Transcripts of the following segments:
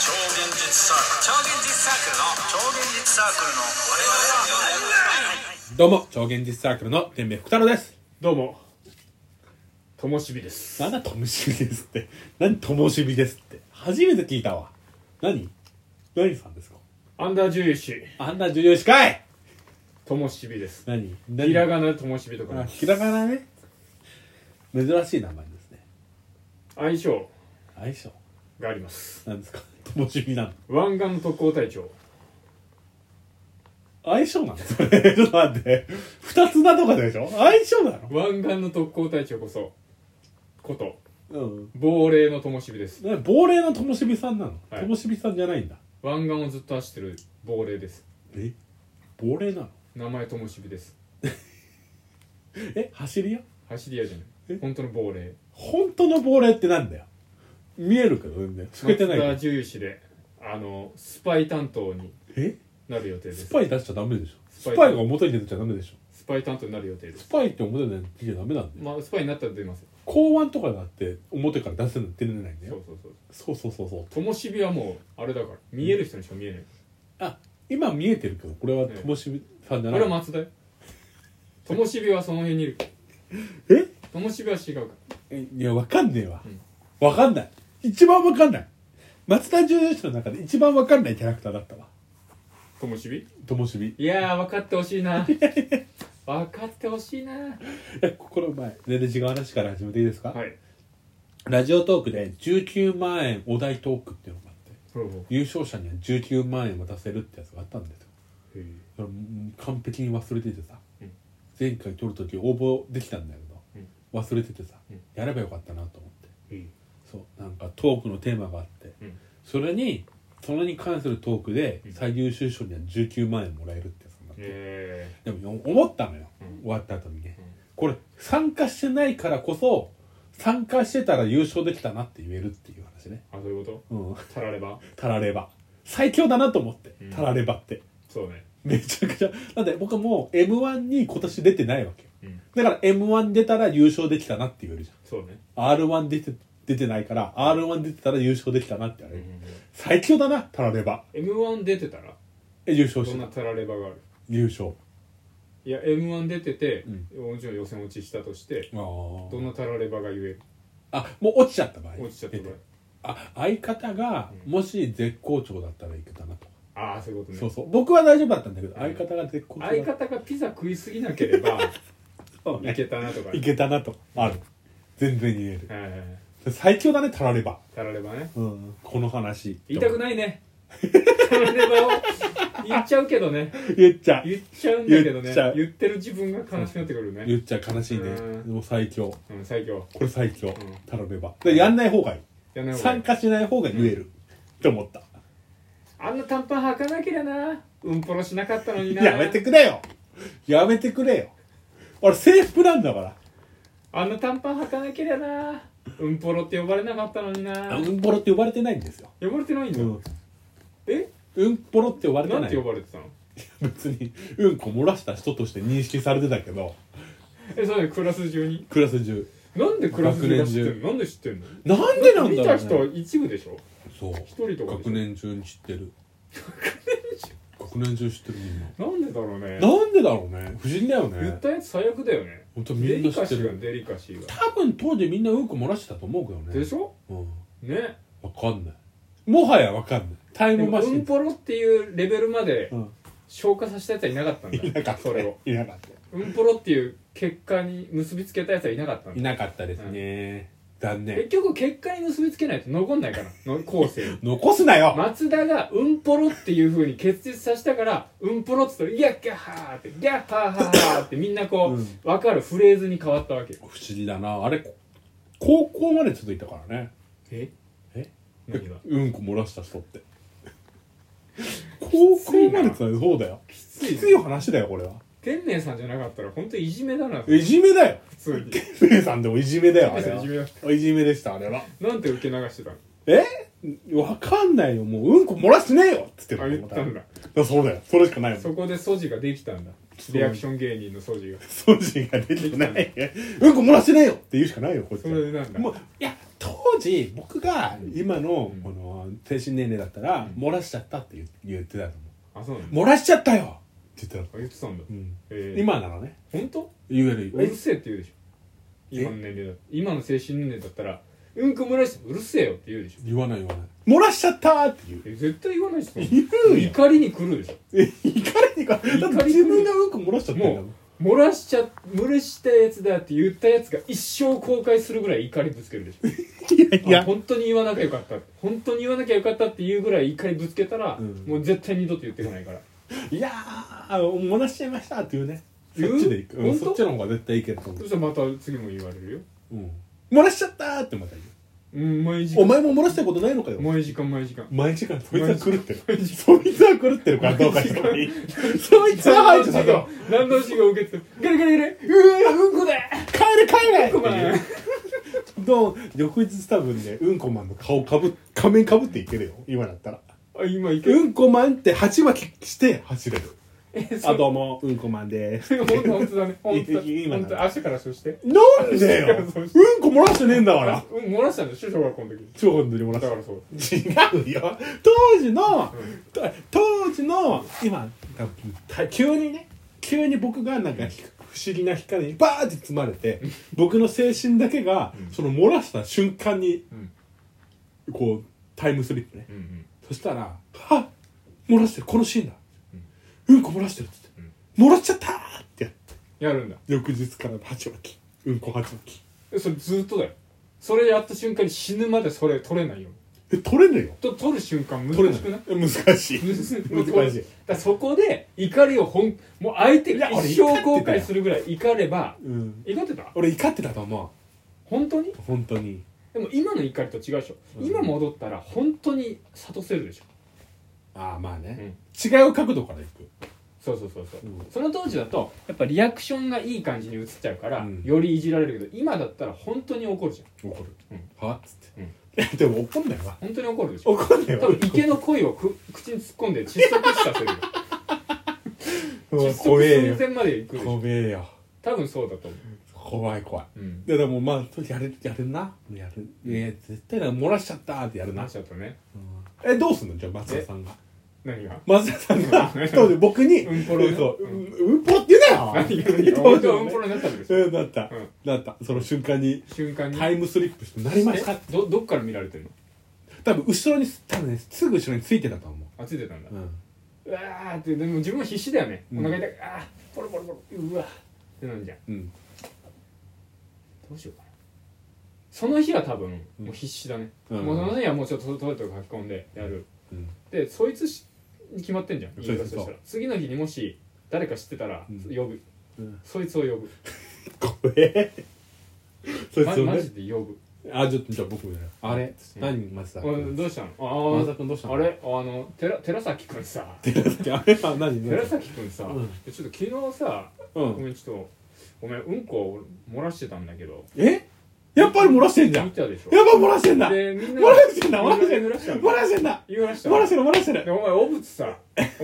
どうも超現実サークルの天命福太郎です。 どうもともしびです。 なんだともしびですって。何ともしびですって。初めて聞いたわ。何さんですか。 アンダー14士あんな重要しかい。 ともしびです。 何ひらがなともしびとか、ね、 ひらがなね。珍しい名前ですね。 相性があります。 何ですか。ともしびなの。 湾岸の特攻隊長。 相性なのそれ。ちょっと待って。二つだとかでしょ。相性なの。 湾岸の特攻隊長こと、 うん。 亡霊のともしびです。 亡霊のともしびさんなの。 はい、 ともしびさんじゃないんだ。 湾岸をずっと走ってる亡霊です。 亡霊なの。 名前ともしびです。 走り屋じゃない。本当の亡霊。 本当の亡霊ってなんだよ。見えるけど全然透けてないけど。 松田重士でスパイ担当になる予定です。 スパイ出しちゃダメでしょ。スパイが表に出てちゃダメでしょ。 スパイ担当になる予定です。 スパイって表で出ちゃダメなんだよ。 スパイになったら出ます。 公安とかだって表から出せるの出れないんだよ。そうともしびはもうあれだから見える人にしか見えない。 あ、今見えてるけどこれはともしびさんじゃない。 これは松田よ。ともしびはその辺にいる。ともしびは違うか。 いやわかんねえわ、わかんない。一番わかんない。松田重要士の中で一番わかんないキャラクターだったわ。ともしび。 いやー分かってほしいな。分かってほしいな。 この前全然違う話から始めていいですか。 はい。 ラジオトークで19万円お題トークっていうのがあって、優勝者には19万円渡せるってやつがあったんですよ。完璧に忘れててさ、前回撮るとき応募できたんだけど、忘れててさ、やればよかったなと思って、そうなんかトークのテーマがあって、それに関するトークで最優秀賞には19万円もらえるってやつになって、でも思ったのよ、終わった後にね、これ参加してないからこそ参加してたら優勝できたなって言えるっていう話ね。 あ、そういうこと。タラレバ最強だなと思って、タラレバってそうね、めちゃくちゃ。だって僕はもう M1 に今年出てないわけよ、だから M1 出たら優勝できたなって言えるじゃん。 そうね。 R1 出てないから R1 出てたら優勝できたなって言われる、最強だなタラレバ。 M1 出てたら優勝してどんなタラレバがある。 優勝。 いや M1 出てて、もちろん予選落ちしたとしてどんなタラレバが言える。 もう落ちちゃった場合。相方がもし絶好調だったらいけたなと。 そういうことね。 そう僕は大丈夫だったんだけど、相方が絶好調。 相方がピザ食いすぎなければいけたなとか、 いけたなとある。全然言える。最強だねタラレバね。この話言いたくないね。タラレバを言っちゃうけどね。言っちゃうんだけどね。言ってる自分が悲しくなってくるね。 言っちゃ悲しいね。もう最強。これ最強。タラレバ。やんない方がいい。参加しない方が言えるって思った。 あんな短パン履かなけりゃな。ポロしなかったのにな。 やめてくれよ。俺制服なんだから。 あんな短パン履かなけりゃな。ポロって呼ばれなかったのにな。 ポロって呼ばれてないんですよ。 呼ばれてないんだ。 ポロって呼ばれてない。 なんて呼ばれてたの。 別にこ漏らした人として認識されてたけど。 そうね、クラス中。なんでクラス中が知ってるの。なんで知ってるの。 なんでなんだろうね。 見た人は一部でしょ。 そう。 一人とか学年中に知ってる。学年中知ってるみんな。 なんでだろうね。 不思議だよね。 言ったやつ最悪だよね。 本当みんな知ってる。 デリカシーが。 多分当時みんな漏らしてたと思うけどね。 でしょ。ね。 わかんない。もはやわかんない。タイムマシン。 ポロっていうレベルまで消化させたやつはいなかったんだ。 いなかった。それを。いなかった。 ポロっていう結果に結びつけたやつはいなかったんだ。 いなかったですね。残念。 結局結果に結びつけないと残んないから後世残すなよ。 松田がポロっていう風に結実させたからポロって言ったらいやギャッハーってギャッハーハーってみんなこう分かるフレーズに変わったわけ。 不思議だなあれ。高校まで続いたからね。 何がこ漏らした人って高校まで続いた。そうだよ。きつい話だよこれは。 天明さんじゃなかったら本当にいじめだな。 いじめだよ普通に。 天明さんでもいじめだよあれは。いじめでしたあれは。 なんて受け流してたの。わかんないよ。もう漏らしてねえよっつって言ったんだ。 そうだよ。それしかないもん。 そこで素地ができたんだ。リアクション芸人の素地ができてない。漏らしてねえよって言うしかないよこっちは。 それでなんだ。 もういや当時僕が今のこの精神年齢だったら漏らしちゃったって言ってたと思う。 あ、そうなんだ。 漏らしちゃったよって言ってた。 言ってたんだ。 今ならね。 本当？ 言える。 うるせえって言うでしょ。今の年齢だ。今の精神年齢だったらうんこ漏らしてうるせえよって言うでしょ。 言わない。漏らしちゃったーって言う。 絶対言わないし。 言うよ。 怒りに来るでしょ。 怒りに来る。だって自分がうんこ漏らしちゃったんだもん。 漏らしたやつだって言ったやつが一生後悔するぐらい怒りぶつけるでしょ。いや本当に言わなきゃよかった本当に言わなきゃよかったっていうぐらい怒りぶつけたら、もう絶対二度と言ってこないから。 いや漏らしちゃいましたって言うね。そっちでいく。そっちの方が絶対いけると思う。 そしたらまた次も言われるよ。 漏らしちゃったーってまた言う。 毎時間。 お前も漏らしたことないのかよ。 毎時間そいつは狂ってる。そいつは狂ってるからどうかしてもいい。そいつは排除させろ。 何の死が受けてる。ガリガリガリ。うんこだ。 帰れうんこマン。翌日多分ね、うんこマンの仮面かぶっていけるよ。今だったら。 今いける。 うんこマンって鉢巻きして走れる。どうもうんこマンです。 本当だね。本当明日からそうして。 なんでよ。うんこ漏らしてねえんだから。 漏らしたんでしょ、小学校の時。 小学校の時漏らした。 だからそう。 違うよ。当時の今急に僕がなんか不思議な光にバーって包まれて、僕の精神だけがその漏らした瞬間にこうタイムスリップね。そしたら漏らしてるこのシーンだ。うんこ漏らしてるっつって、漏らしちゃったーってやるんだ。 翌日から鉢巻き、うんこ鉢巻き。それずっとだよ。それやった瞬間に死ぬまでそれ取れないよ。 取れねえよ。 取る瞬間難しくない？ 難しい。 だそこで怒りをもう相手が一生後悔するぐらい怒れば。怒ってた？ 俺怒ってたと思う。 本当に？ 本当に。 でも今の怒りと違うでしょ。今戻ったら本当に諭せるでしょ。 ああまあね、違う角度からいく。 そう、その当時だとやっぱリアクションがいい感じに映っちゃうから、よりいじられるけど、今だったら本当に怒るじゃん。 怒る、はっつって、でも怒んないわ。 本当に怒るでしょ。 怒んないわ。 多分池の鯉を口に突っ込んで窒息死させるよ。窒息寸前まで行くでしょ。 怖えよ。 多分そうだと思う。 怖い、でもまあやるな。絶対漏らしちゃったってやるな。 漏らしちゃったね。 どうすんのじゃあ松田さんが。 何が？ 松田さんが当時僕にうんぽろって言うなよ。 何が？俺がうんぽろになったんですよ。 なったその瞬間にタイムスリップしてなりました。 どっから見られてるの？ 多分後ろにすぐ後ろについてたと思う。 あ、ついてたんだ。うわーってでも自分は必死だよね。お腹痛い。ポロポロうわってなるじゃん。どうしようかな。その日は多分もう必死だね。もうその日はもうちょっとトイレとか書き込んでやる。でそいつに決まってんじゃん。言い方したら次の日にもし誰か知ってたら呼ぶ。そいつを呼ぶ。 怖え。 マジで呼ぶ。 じゃあ僕ね。あれ何松田君どうしたの？ 松田君どうしたの？ あれ寺崎君さ。 寺崎あれは何？ 寺崎君さ、ちょっと昨日さ、ごめんちょっとごめんうんこ漏らしてたんだけど。 やっぱり漏らしてんじゃん。 見たでしょ。 やっぱ漏らしてんだ。 でみんな漏らしてんだ。漏らしてんだ。漏らしてる。 でお前おぶつさ。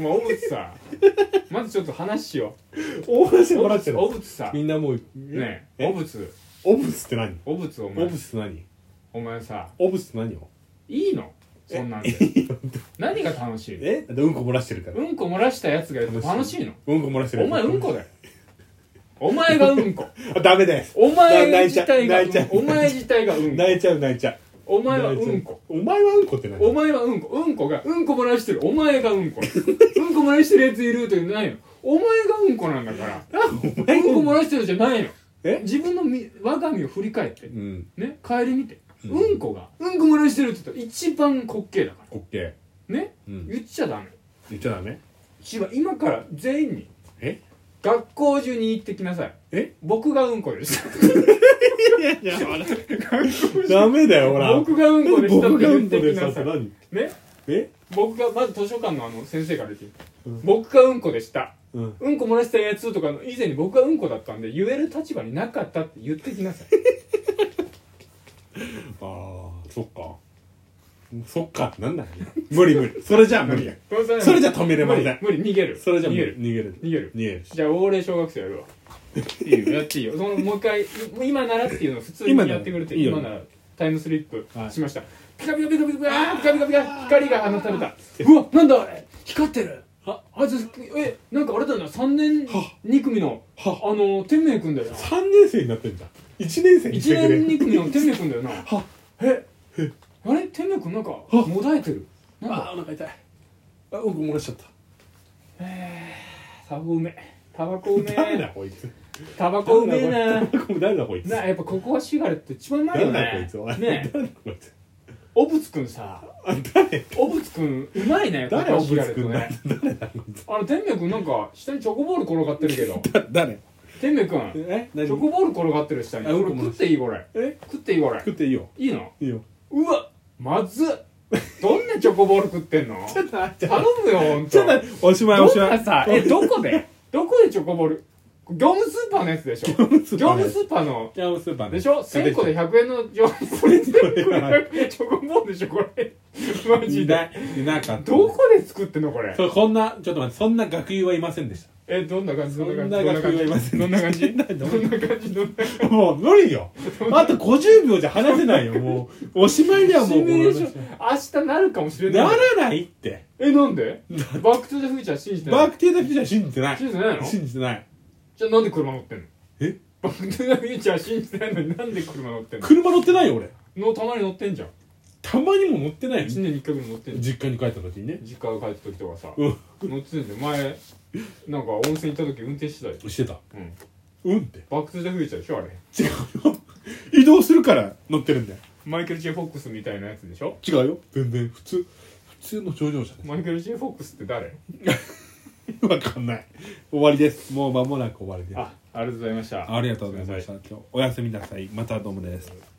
まずちょっと話しよう。漏らしてる。 おぶつさ。 みんなもうねえ。おぶつ。 おぶつって何？ おぶつお前。 おぶつって何？ お前さ。 おぶつって何よ？ いいの？そんなんで。何が楽しい？ だってうんこ漏らしてるから。 うんこ漏らしたやつが楽しいの？ うんこ漏らしてる。 お前うんこだよ。お前がうんこ。 ダメです。 お前自体がうんこ。 泣いちゃう。 お前はうんこ。 お前はうんこって何？ お前はうんこ。うんこがうんこ漏らしてる。お前がうんこ。うんこ漏らしてるやついるというのないの。お前がうんこなんだから。うんこ漏らしてるじゃないの。自分の我が身を振り返って、ね、帰り見て、うんこがうんこ漏らしてるって言ったら一番滑稽だから滑稽ね、言っちゃダメ。今から全員に学校中に言ってきなさい。僕がうんこでした。 いやダメだよほら。 僕がうんこでしたって言ってきなさい。 ね？ 僕がまず図書館の先生から言って、僕がうんこでした。うんこ漏らしたやつとかの以前に僕がうんこだったんで言える立場になかったって言ってきなさい。 そっかってなんだよ。無理それじゃ無理や。それじゃ止めれません。 無理逃げる。 それじゃ逃げる。 じゃあ欧米小学生やるわ。いいよやっていいよ。もう一回今ならっていうのを普通にやってくれて今ならタイムスリップしました。ピカピカピカピカピカピカピカピカ光が放たれた。うわ、なんだあれ、光ってる。あいつなんかあれだよな、3年2組の天明くんだよな。 3年生になってんだ。1年生にしてくれ。 1年2組の天明くんだよな。あれ天明くんなんかもだえてる。なんだ、 お腹痛い。僕漏らしちゃった。 タバコうめえ。タバコうめえ。 誰だこいつ。 タバコうめえな。 誰だこいつ。 やっぱここはシガレット一番うまいよね。 誰だこいつ。ね、誰だこいつ。 おぶつくんさ、おぶつくんうまいね。 誰おぶつくんね。誰だこいつ。 天明くんなんか下にチョコボール転がってるけど。 誰。 天明くん、チョコボール転がってる下に。これ食っていいこれ。食っていいこれ。 食っていいよ。 いいの？ いいよ。 うわ、まずっ。どんなチョコボール食ってんの？頼むよ、ほんと。 おしまいおしまい。 どんなさ、どこでチョコボール？業務スーパーのやつでしょ。業務スーパーのでしょ。1000個で100円のそれ全部100円チョコボールでしょこれ。マジで。 なんかどこで作ってんのこれ。 こんなちょっと待って、そんな学友はいませんでした。 どんな感じ？ そんな学友はいません。 どんな感じ？ もう無理よ。あと50秒じゃ話せないよ。もうおしまいだよ。もう明日なるかもしれない。 ならないって。 なんで？バックトゥザフューチャー信じてない。 バックトゥザフューチャー信じてない。 信じてないの？ 信じてない。 じゃあなんで車乗ってんの？バックトゥザフューチャー信じてないのになんで車乗ってんの？ 車乗ってないよ俺。 たまに乗ってんじゃん。 たまにも乗ってないよ。 1年に1回ぐらい乗ってんじゃん。 実家に帰った時にね。 実家帰った時とかさ、乗ってんじゃん。前なんか温泉行った時運転してたよ。 してた。って。 バックトゥザフューチャーでしょあれ。 違うよ。移動するから乗ってるんだよ。 マイケル・ジェ・フォックスみたいなやつでしょ。 違うよ。全然普通の乗用車です。 マイケル・ジェ・フォックスって誰？ わかんない。終わりです。もう間もなく終わりです。 ありがとうございました。 ありがとうございました。今日おやすみなさい。またどうもです。